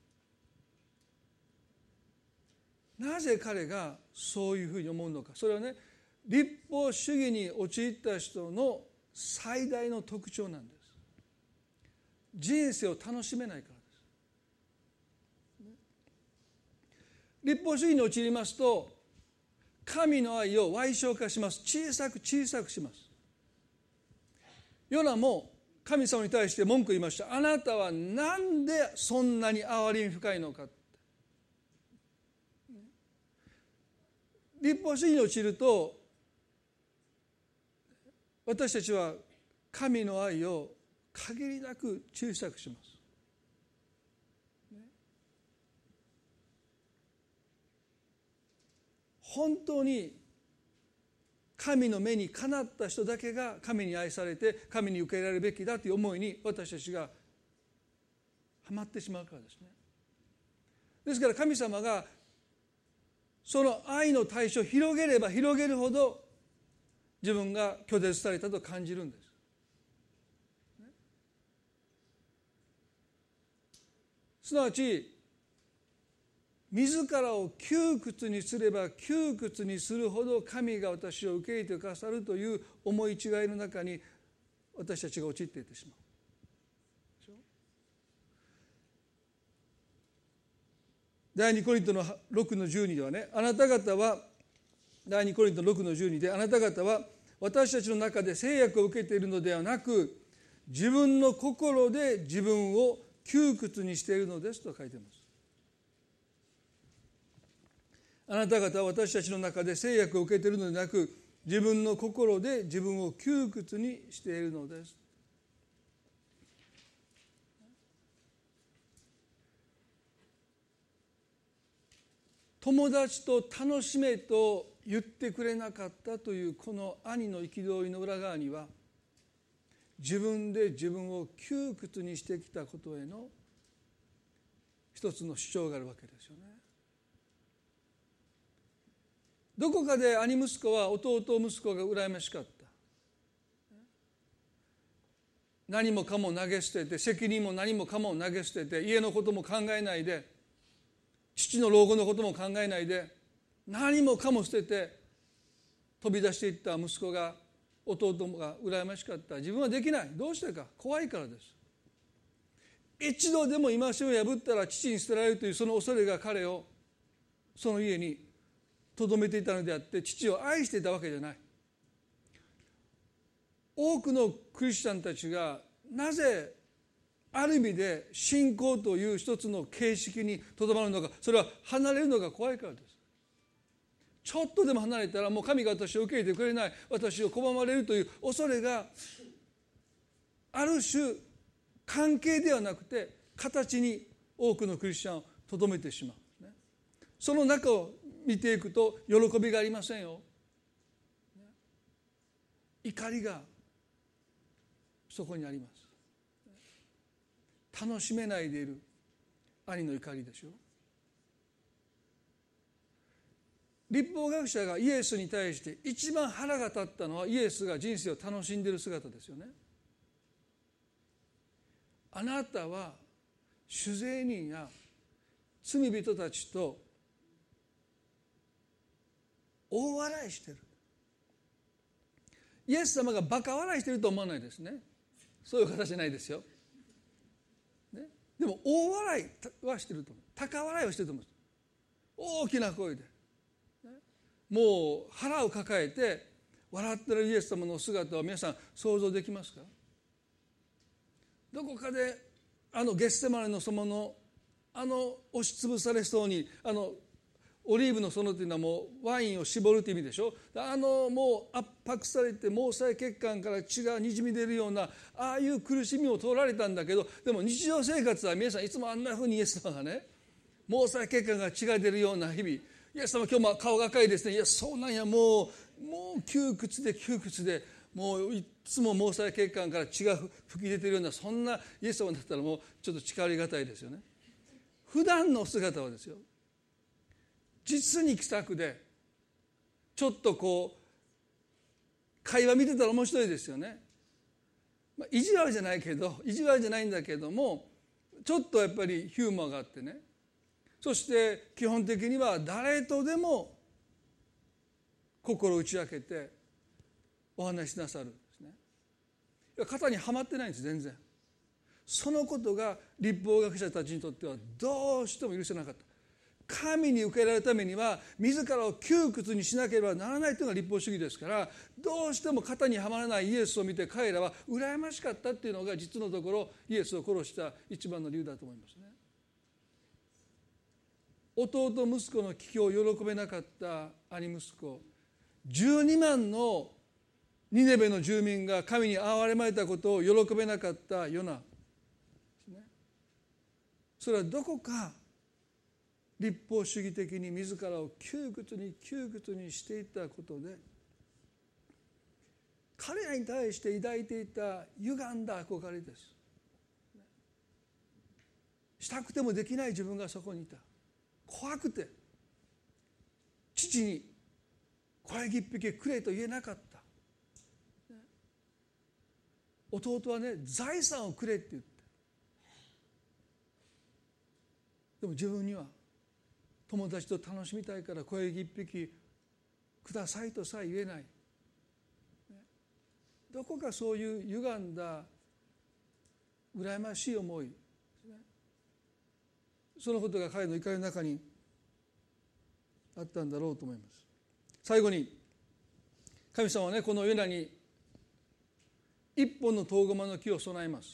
なぜ彼がそういうふうに思うのか。それはね、律法主義に陥った人の最大の特徴なんです。人生を楽しめないからです。律法主義に陥りますと、神の愛を矮小化します。小さく小さくします。ヨナも神様に対して文句言いました。あなたはなんでそんなに憐れみ深いのか。律法主義に陥ると、私たちは神の愛を限りなく小さくします。本当に神の目にかなった人だけが神に愛されて神に受け入れられるべきだという思いに私たちがはまってしまうからですね。ですから神様がその愛の対象を広げれば広げるほど自分が拒絶されたと感じるんです。 すなわち自らを窮屈にすれば窮屈にするほど神が私を受け入れてくださるという思い違いの中に私たちが陥っていってしまう。第二コリントのろくのじゅうにではね、あなた方は第二コリントのろくのじゅうにであなた方は私たちの中で制約を受けているのではなく自分の心で自分を窮屈にしているのですと書いています。あなた方は私たちの中で制約を受けているのではなく自分の心で自分を窮屈にしているのです。友達と楽しめと言ってくれなかったというこの兄の憤りの裏側には自分で自分を窮屈にしてきたことへの一つの主張があるわけですよね。どこかで兄息子は弟息子が羨ましかった。何もかも投げ捨てて責任も何もかも投げ捨てて家のことも考えないで父の老後のことも考えないで何もかも捨てて飛び出していった息子が弟が羨ましかった。自分はできない。どうしてか。怖いからです。一度でも戒めを破ったら父に捨てられるというその恐れが彼をその家に留めていたのであって父を愛していたわけじゃない。多くのクリスチャンたちがなぜある意味で信仰という一つの形式にとどまるのか、それは離れるのが怖いからです。ちょっとでも離れたらもう神が私を受け入れてくれない、私を拒まれるという恐れがある種関係ではなくて形に多くのクリスチャンをとどめてしまう。その中を見ていくと喜びがありませんよ。怒りがそこにあります。楽しめないでいる兄の怒りでしょう。律法学者がイエスに対して一番腹が立ったのはイエスが人生を楽しんでいる姿ですよね。あなたは酒税人や罪人たちと大笑いしてる。イエス様がバカ笑いしてると思わないですね。そういう形じゃないですよ、ね、でも大笑いはしてると思う。高笑いはしてると思う。大きな声で、ね、もう腹を抱えて笑ってるイエス様の姿を皆さん想像できますか。どこかであのゲッセマネの園のあの押しつぶされそうにあのオリーブの園というのはもうワインを絞るという意味でしょ。あのもう圧迫されて毛細血管から血がにじみ出るようなああいう苦しみを通られたんだけど、でも日常生活は皆さんいつもあんなふうにイエス様がね毛細血管から血が出るような日々、イエス様今日も顔が赤いですね。いやそうなんや、もうもう窮屈で窮屈でもういつも毛細血管から血が吹き出ているようなそんなイエス様だったらもうちょっと近寄りがたいですよね。普段の姿はですよ、実に気さくでちょっとこう会話見てたら面白いですよね。まあ、意地悪じゃないけど意地悪じゃないんだけどもちょっとやっぱりヒューモアがあってね、そして基本的には誰とでも心を打ち明けてお話しなさるんですね。いや肩にはまってないんです全然。そのことが律法学者たちにとってはどうしても許せなかった。神に受けられるためには自らを窮屈にしなければならないというのが律法主義ですから、どうしても肩にはまらないイエスを見て彼らは羨ましかったっていうのが実のところイエスを殺した一番の理由だと思いますね。弟息子の帰郷を喜べなかった兄息子、じゅうにまんのニネベの住民が神に憐れまれたことを喜べなかったヨナですね。それはどこか律法主義的に自らを窮屈に窮屈にしていたことで彼らに対して抱いていた歪んだ憧れです。したくてもできない自分がそこにいた。怖くて父に小麦一匹くれと言えなかった。弟はね財産をくれって言ってでも自分には友達と楽しみたいから小ヤギ一匹くださいとさえ言えない。どこかそういう歪んだ羨ましい思い、そのことが彼の怒りの中にあったんだろうと思います。最後に神様はね、このヨナに一本のトウゴマの木を備えます。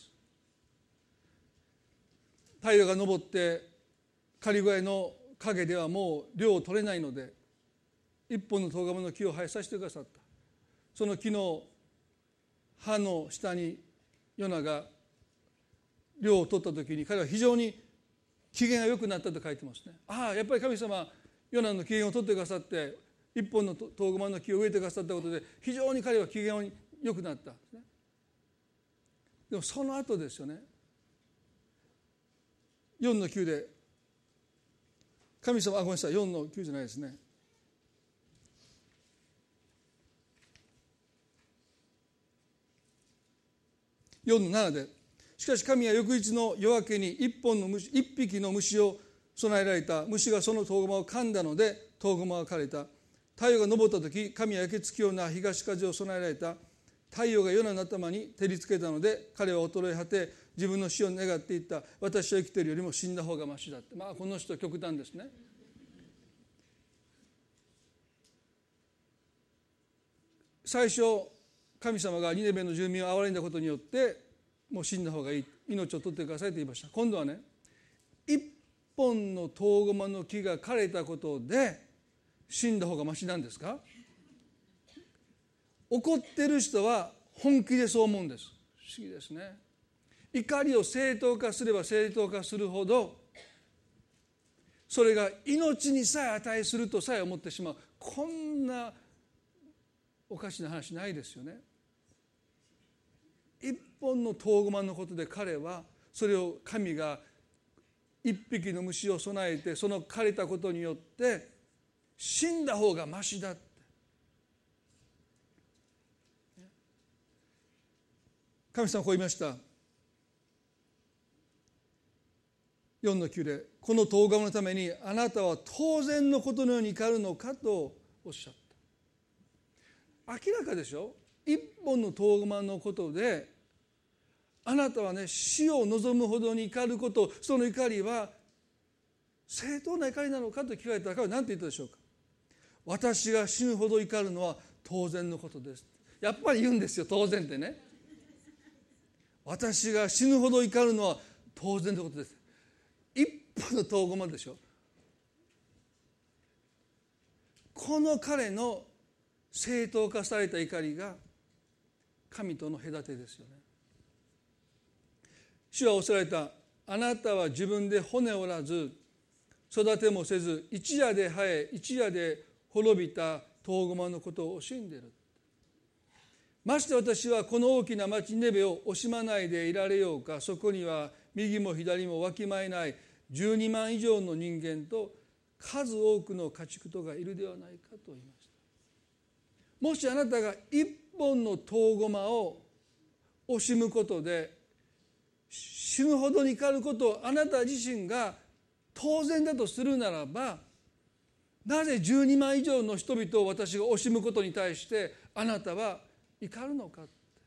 太陽が昇って狩り小屋の陰ではもう漁を取れないので、一本のトウゴマの木を生えさせてくださった。その木の葉の下にヨナが漁を取った時に彼は非常に機嫌が良くなったと書いてますね。ああ、やっぱり神様ヨナの機嫌を取ってくださって一本のトウゴマの木を植えてくださったことで非常に彼は機嫌が良くなったんですね。でもその後ですよね、よんのきゅうで神様、あ、ごめんなさい、よんのきゅうじゃないですね、よんのななで、しかし神は翌日の夜明けに一本の虫一匹の虫を備えられた。虫がそのトウゴマを噛んだのでトウゴマが枯れた。太陽が昇った時、神は焼けつくような東風を備えられた。太陽がヨナの頭に照りつけたので彼は衰え果て自分の死を願っていった。私は生きているよりも死んだ方がましだって。まあこの人極端ですね。最初神様がニネベの住民を憐れんだことによってもう死んだ方がいい、命を取ってくださいと言いました。今度はね、一本のトウゴマの木が枯れたことで死んだ方がましなんですか？怒ってる人は本気でそう思うんです。不思議ですね。怒りを正当化すれば正当化するほどそれが命にさえ値するとさえ思ってしまう。こんなおかしな話ないですよね。一本のトウゴマのことで彼はそれを神が一匹の虫を備えてその枯れたことによって死んだ方がましだって。神様はこう言いました。よんのきゅうで、このトウゴマのためにあなたは当然のことのように怒るのかとおっしゃった。明らかでしょ。一本のトウゴマのことであなたはね、死を望むほどに怒ること、その怒りは正当な怒りなのかと聞かれたら彼は何て言ったでしょうか。私が死ぬほど怒るのは当然のことです。やっぱり言うんですよ、当然ってね。私が死ぬほど怒るのは当然のことです。一本のトウゴマでしょ。この彼の正当化された怒りが神との隔てですよね。主はおっしゃられた。あなたは自分で骨折らず育てもせず一夜で生え一夜で滅びたトウゴマのことを惜しんでいる。まして私はこの大きな町ニネベを惜しまないでいられようか。そこには右も左もわきまえないじゅうにまん以上の人間と数多くの家畜とがいるではないかと言いました。もしあなたが一本のトウゴマを惜しむことで死ぬほどに怒ることをあなた自身が当然だとするならば、なぜじゅうにまん以上の人々を私が惜しむことに対してあなたは怒るのか。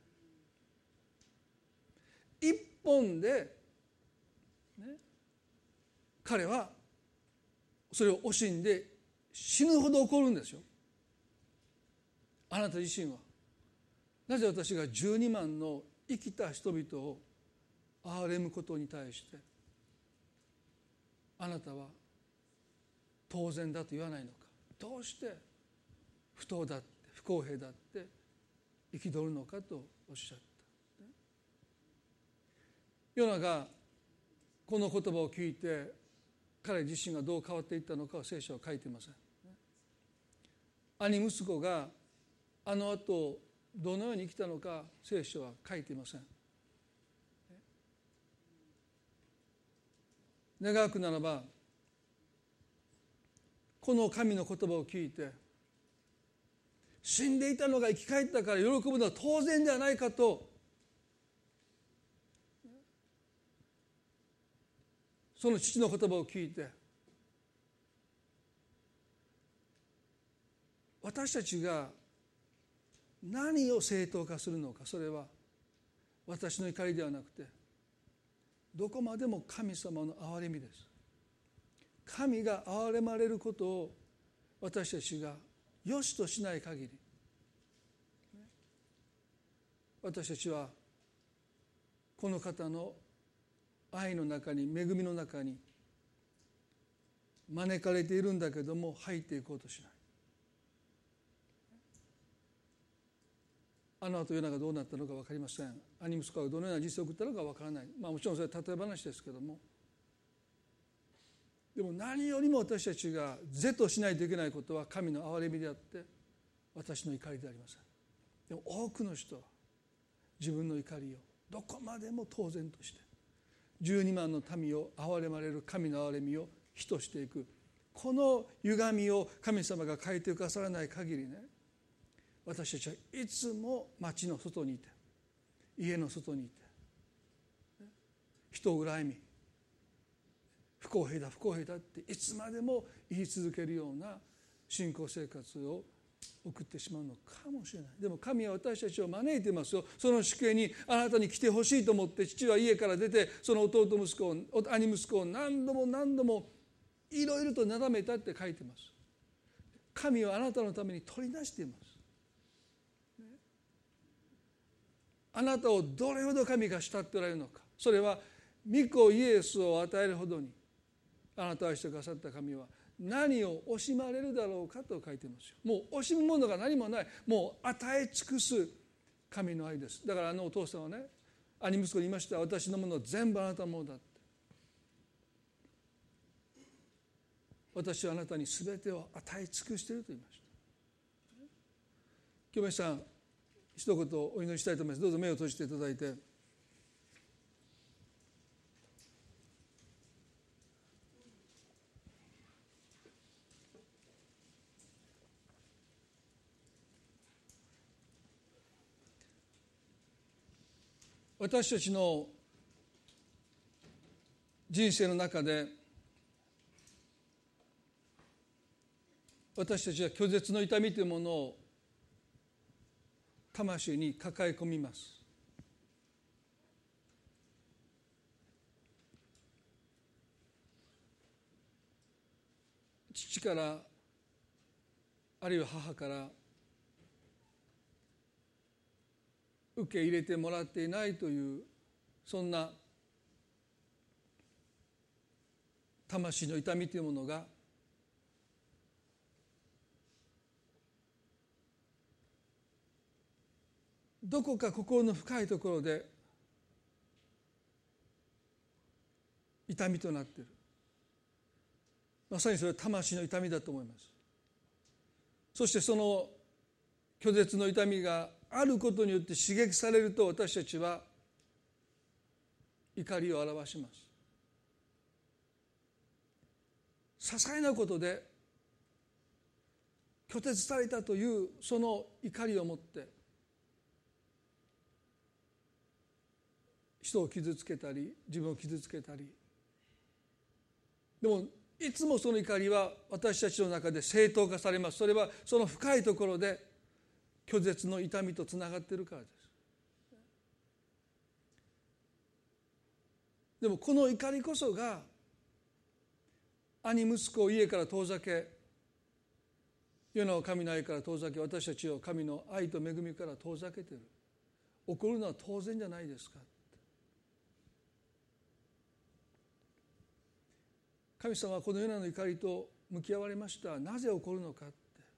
一本で、ね、彼はそれを惜しんで死ぬほど怒るんですよ。あなた自身はなぜ私がじゅうにまんの生きた人々を憐れむことに対してあなたは当然だと言わないのか。どうして不当だって不公平だって憤るのかとおっしゃった。ヨナがこの言葉を聞いて彼自身がどう変わっていったのかは聖書は書いていません。兄息子があの後どのように生きたのか聖書は書いていません。願わくならばこの神の言葉を聞いて死んでいたのが生き返ったから喜ぶのは当然ではないかとその父の言葉を聞いて、私たちが何を正当化するのか、それは私の怒りではなくて、どこまでも神様の憐れみです。神が憐れまれることを私たちが良しとしない限り、私たちはこの方の愛の中に、恵みの中に招かれているんだけども入っていこうとしない。あの後世の中どうなったのか分かりません。兄息子がどのような人生を送ったのか分からない。まあもちろんそれは例え話ですけども、でも何よりも私たちが是としないといけないことは神の憐れみであって私の怒りでありません。でも多くの人は自分の怒りをどこまでも当然としてじゅうにまんの民を憐れまれる神の憐れみを非としていく、この歪みを神様が変えてくださらない限りね、私たちはいつも町の外にいて、家の外にいて、人を恨み不公平だ不公平だっていつまでも言い続けるような信仰生活を送ってしまうのかもしれない。でも神は私たちを招いていますよ。その宿営にあなたに来てほしいと思って父は家から出て、その弟息子を兄息子を何度も何度もいろいろとなだめたって書いてます。神はあなたのために取り出しています。あなたをどれほど神が慕っておられるのか、それは御子イエスを与えるほどにあなたを愛してくださった神は何を惜しまれるだろうかと書いていますよ。もう惜しむものが何もない、もう与え尽くす神の愛です。だからあのお父さんはね、兄息子に言いました。私のものは全部あなたのものだって、私はあなたに全てを与え尽くしていると言いました。今日皆さん一言お祈りしたいと思います。どうぞ目を閉じていただいて、私たちの人生の中で私たちは拒絶の痛みというものを魂に抱え込みます。父からあるいは母から受け入れてもらっていないという、そんな魂の痛みというものがどこか心の深いところで痛みとなっている。まさにそれは魂の痛みだと思います。そしてその拒絶の痛みがあることによって刺激されると、私たちは怒りを表します。些細なことで拒絶されたというその怒りを持って人を傷つけたり自分を傷つけたり、でもいつもその怒りは私たちの中で正当化されます。それはその深いところで拒絶の痛みとつながっているからです。でもこの怒りこそが兄息子を家から遠ざけ、世の神の愛から遠ざけ、私たちを神の愛と恵みから遠ざけている。怒るのは当然じゃないですか。神様はこの世の怒りと向き合われました。なぜ怒るのかって、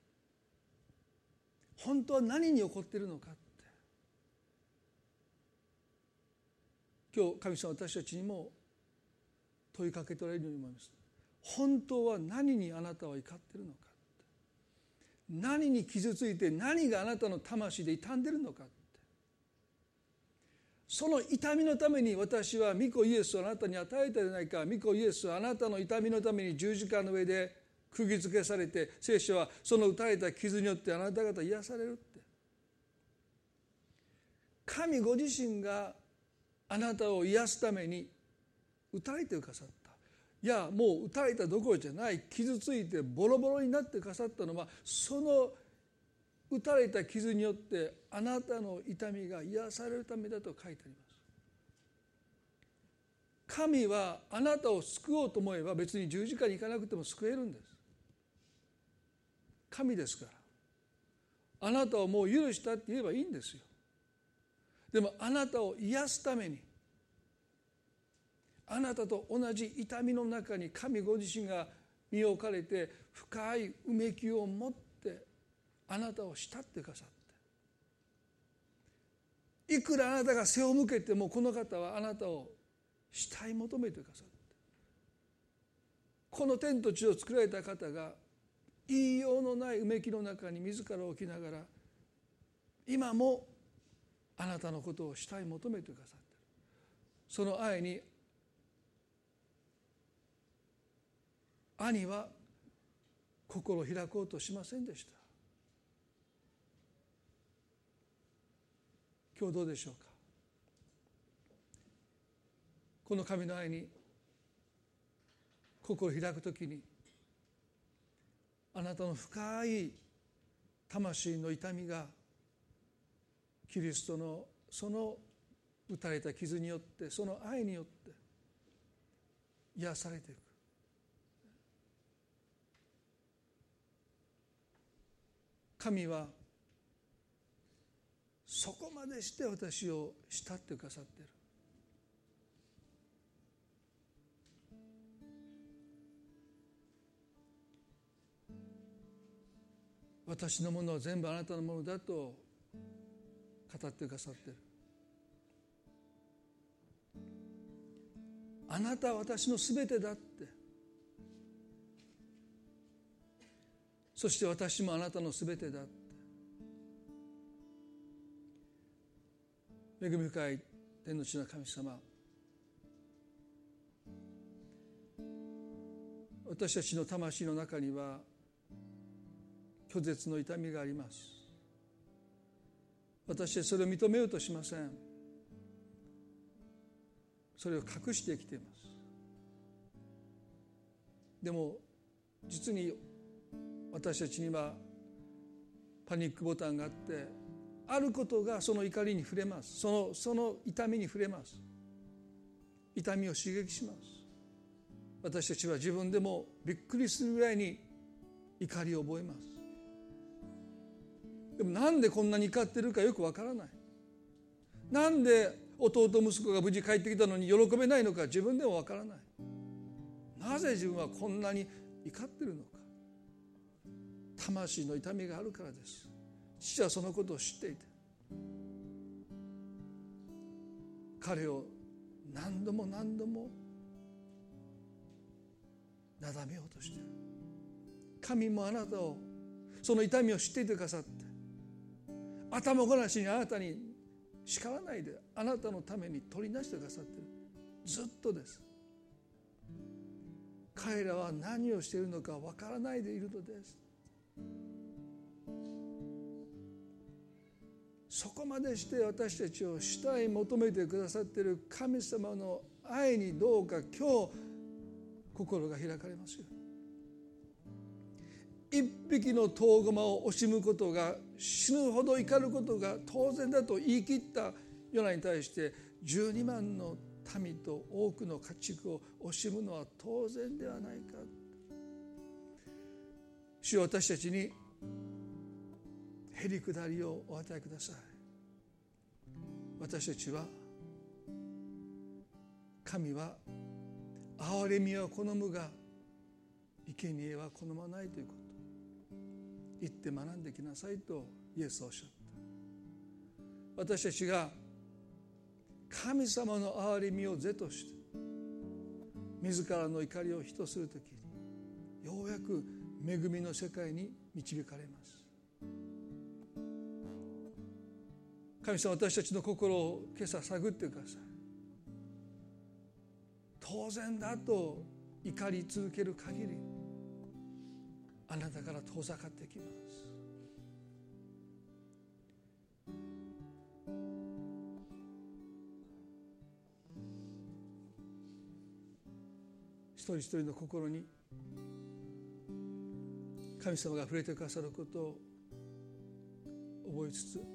本当は何に怒っているのかって、今日神様は私たちにも問いかけておられるように思います。本当は何にあなたは怒っているのかって、何に傷ついて何があなたの魂で傷んでいるのかって、その痛みのために私は御子イエスをあなたに与えたでないか。御子イエスはあなたの痛みのために十字架の上で釘付けされて、聖書はその打たれた傷によってあなた方癒されるって。神ご自身があなたを癒すために打たれてくださった。 いやもう打たれたどころじゃない、傷ついてボロボロになってくださったのは、その打たれた傷によってあなたの痛みが癒されるためだと書いてあります。神はあなたを救おうと思えば別に十字架に行かなくても救えるんです。神ですから、あなたをもう許したって言えばいいんですよ。でもあなたを癒すために、あなたと同じ痛みの中に神ご自身が身を置かれて、深いうめきを持ってあなたを慕ってくださって、いくらあなたが背を向けてもこの方はあなたを慕い求めてくださって、この天と地を作られた方が言いようのないうめきの中に自ら置きながら、今もあなたのことを慕い求めてくださっている。その愛に兄は心を開こうとしませんでした。今日どうでしょうか。この神の愛に心を開くときに、あなたの深い魂の痛みがキリストのその打たれた傷によって、その愛によって癒されていく。神はそこまでして私を慕ってくださっている。私のものは全部あなたのものだと語ってくださっている。あなたは私のすべてだって、そして私もあなたのすべてだって、恵み深い天の地の神様、私たちの魂の中には拒絶の痛みがあります。私はそれを認めようとしません。それを隠して生きています。でも実に私たちにはパニックボタンがあって、あることがその怒りに触れます。その、その痛みに触れます。痛みを刺激します。私たちは自分でもびっくりするぐらいに怒りを覚えます。でもなんでこんなに怒ってるかよくわからない。なんで弟息子が無事帰ってきたのに喜べないのか自分でもわからない。なぜ自分はこんなに怒ってるのか。魂の痛みがあるからです。父はそのことを知っていて、彼を何度も何度もなだめようとしている。神もあなたをその痛みを知っていてくださって、頭ごなしにあなたに叱らないで、あなたのために取り出してくださっている。ずっとです。彼らは何をしているのかわからないでいるのです。そこまでして私たちを慕い求めてくださっている神様の愛にどうか今日心が開かれますように。一匹のトウゴマを惜しむことが、死ぬほど怒ることが当然だと言い切ったヨナに対して、じゅうにまんの民と多くの家畜を惜しむのは当然ではないか。主よ、私たちにへりくだりをお与えください。私たちは、神は憐れみは好むが生贄は好まないということ、言って学んできなさいとイエスはおっしゃった。私たちが神様の憐れみを是として自らの怒りを非とするときに、ようやく恵みの世界に導かれます。神様、私たちの心を今朝探ってください。当然だと怒り続ける限り、あなたから遠ざかってきます。 人一人の心に神様が触れてくださることを覚えつつ、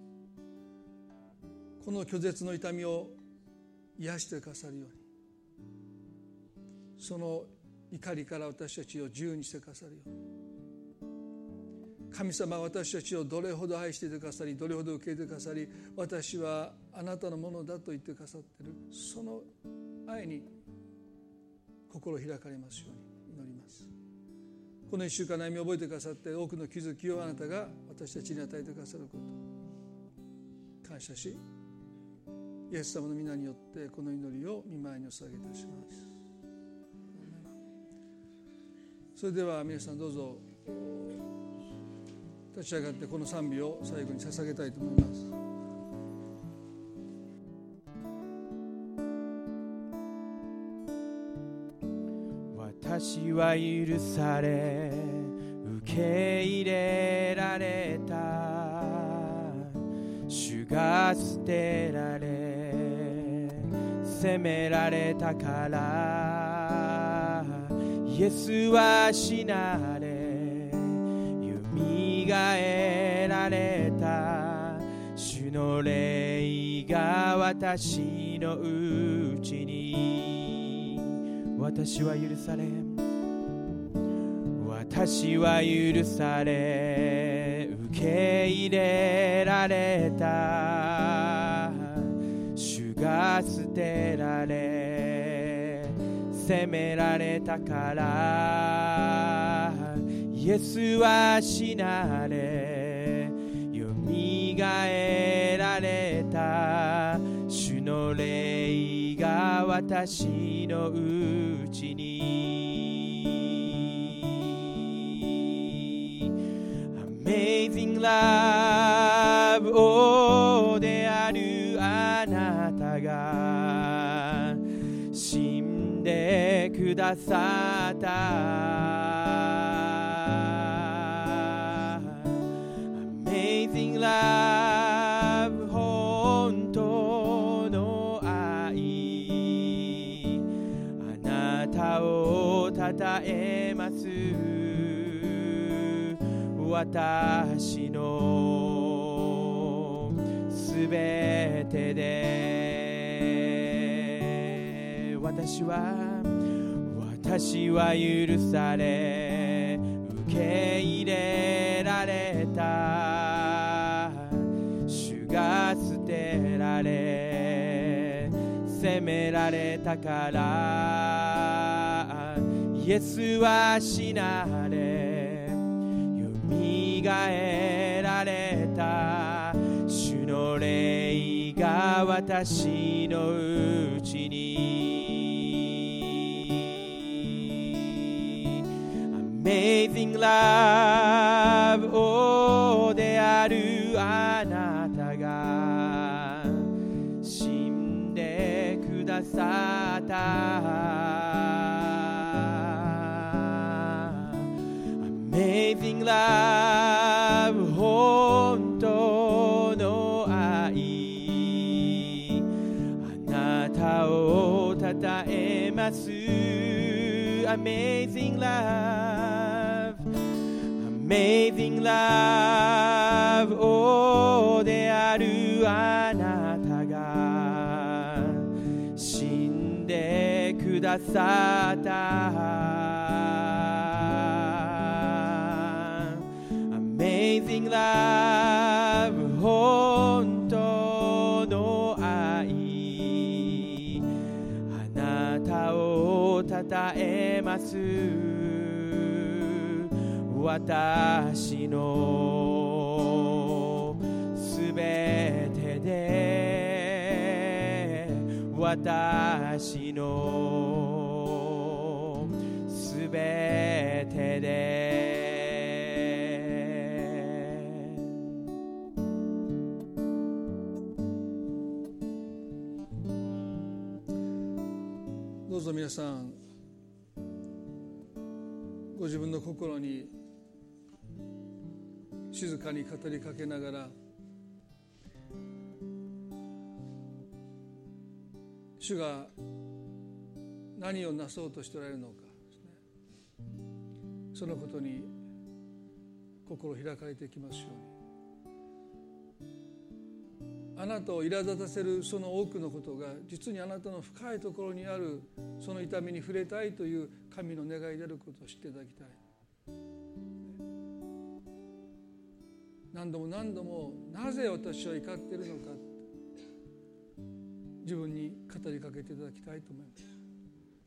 この拒絶の痛みを癒してくださるように、その怒りから私たちを自由にしてくださるように、神様が私たちをどれほど愛していてくださり、どれほど受け入れてくださり、私はあなたのものだと言ってくださっている、その愛に心開かれますように祈ります。この一週間の歩みを覚えてくださって、多くの気づきをあなたが私たちに与えてくださることを感謝し、イエス様の皆によってこの祈りを御前にお捧げいたします。それでは皆さんどうぞ立ち上がってこの賛美を最後に捧げたいと思います。 私は許され受け入れられた、主が捨てられ責められたから、イエスは死なれよみがえられた、主の霊が私のうちに、私は許され私は許され受け入れられた、主が捨てられ責められたから、イエスは死なれよみがえられた、主の霊が私のうちに、 Amazing Love、 王であるあなたが死んでくださった、 Amazing Love、 本当の愛、あなたをたたえます。私のすべてで、私は私は許され受け入れられた、主が捨てられ責められたから、イエスは死なれよみがえられた、主の霊が私のうちに、 Amazing Love、 王であるあなたが死んでくださった、 Amazing Love、 本当の愛、あなたをたたえます。 Amazing Love、 Amazing Love、 王であるあなたが死んでくださった、Amazing Love、 本当の愛、あなたをたたえます。私のすべてで、私のすべてで、 どうぞ皆さんご自分の心に静かに語りかけながら、主が何をなそうとしておられるのかですね、そのことに心開かれていきますように。あなたを苛立たせるその多くのことが実にあなたの深いところにあるその痛みに触れたいという神の願いであることを知っていただきたい。何度も何度もなぜ私は怒っているのか自分に語りかけていただきたいと思います。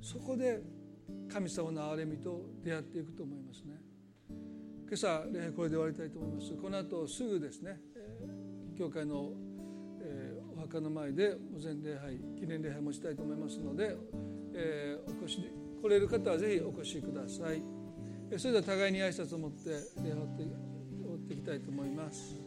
そこで神様の憐れみと出会っていくと思いますね。今朝礼拝これで終わりたいと思います。この後すぐですね、教会のお墓の前でお膳礼拝、記念礼拝もしたいと思いますので、えー、お越し来れる方はぜひお越しください。それでは互いに挨拶を持って礼拝を終わっていきたいと思います。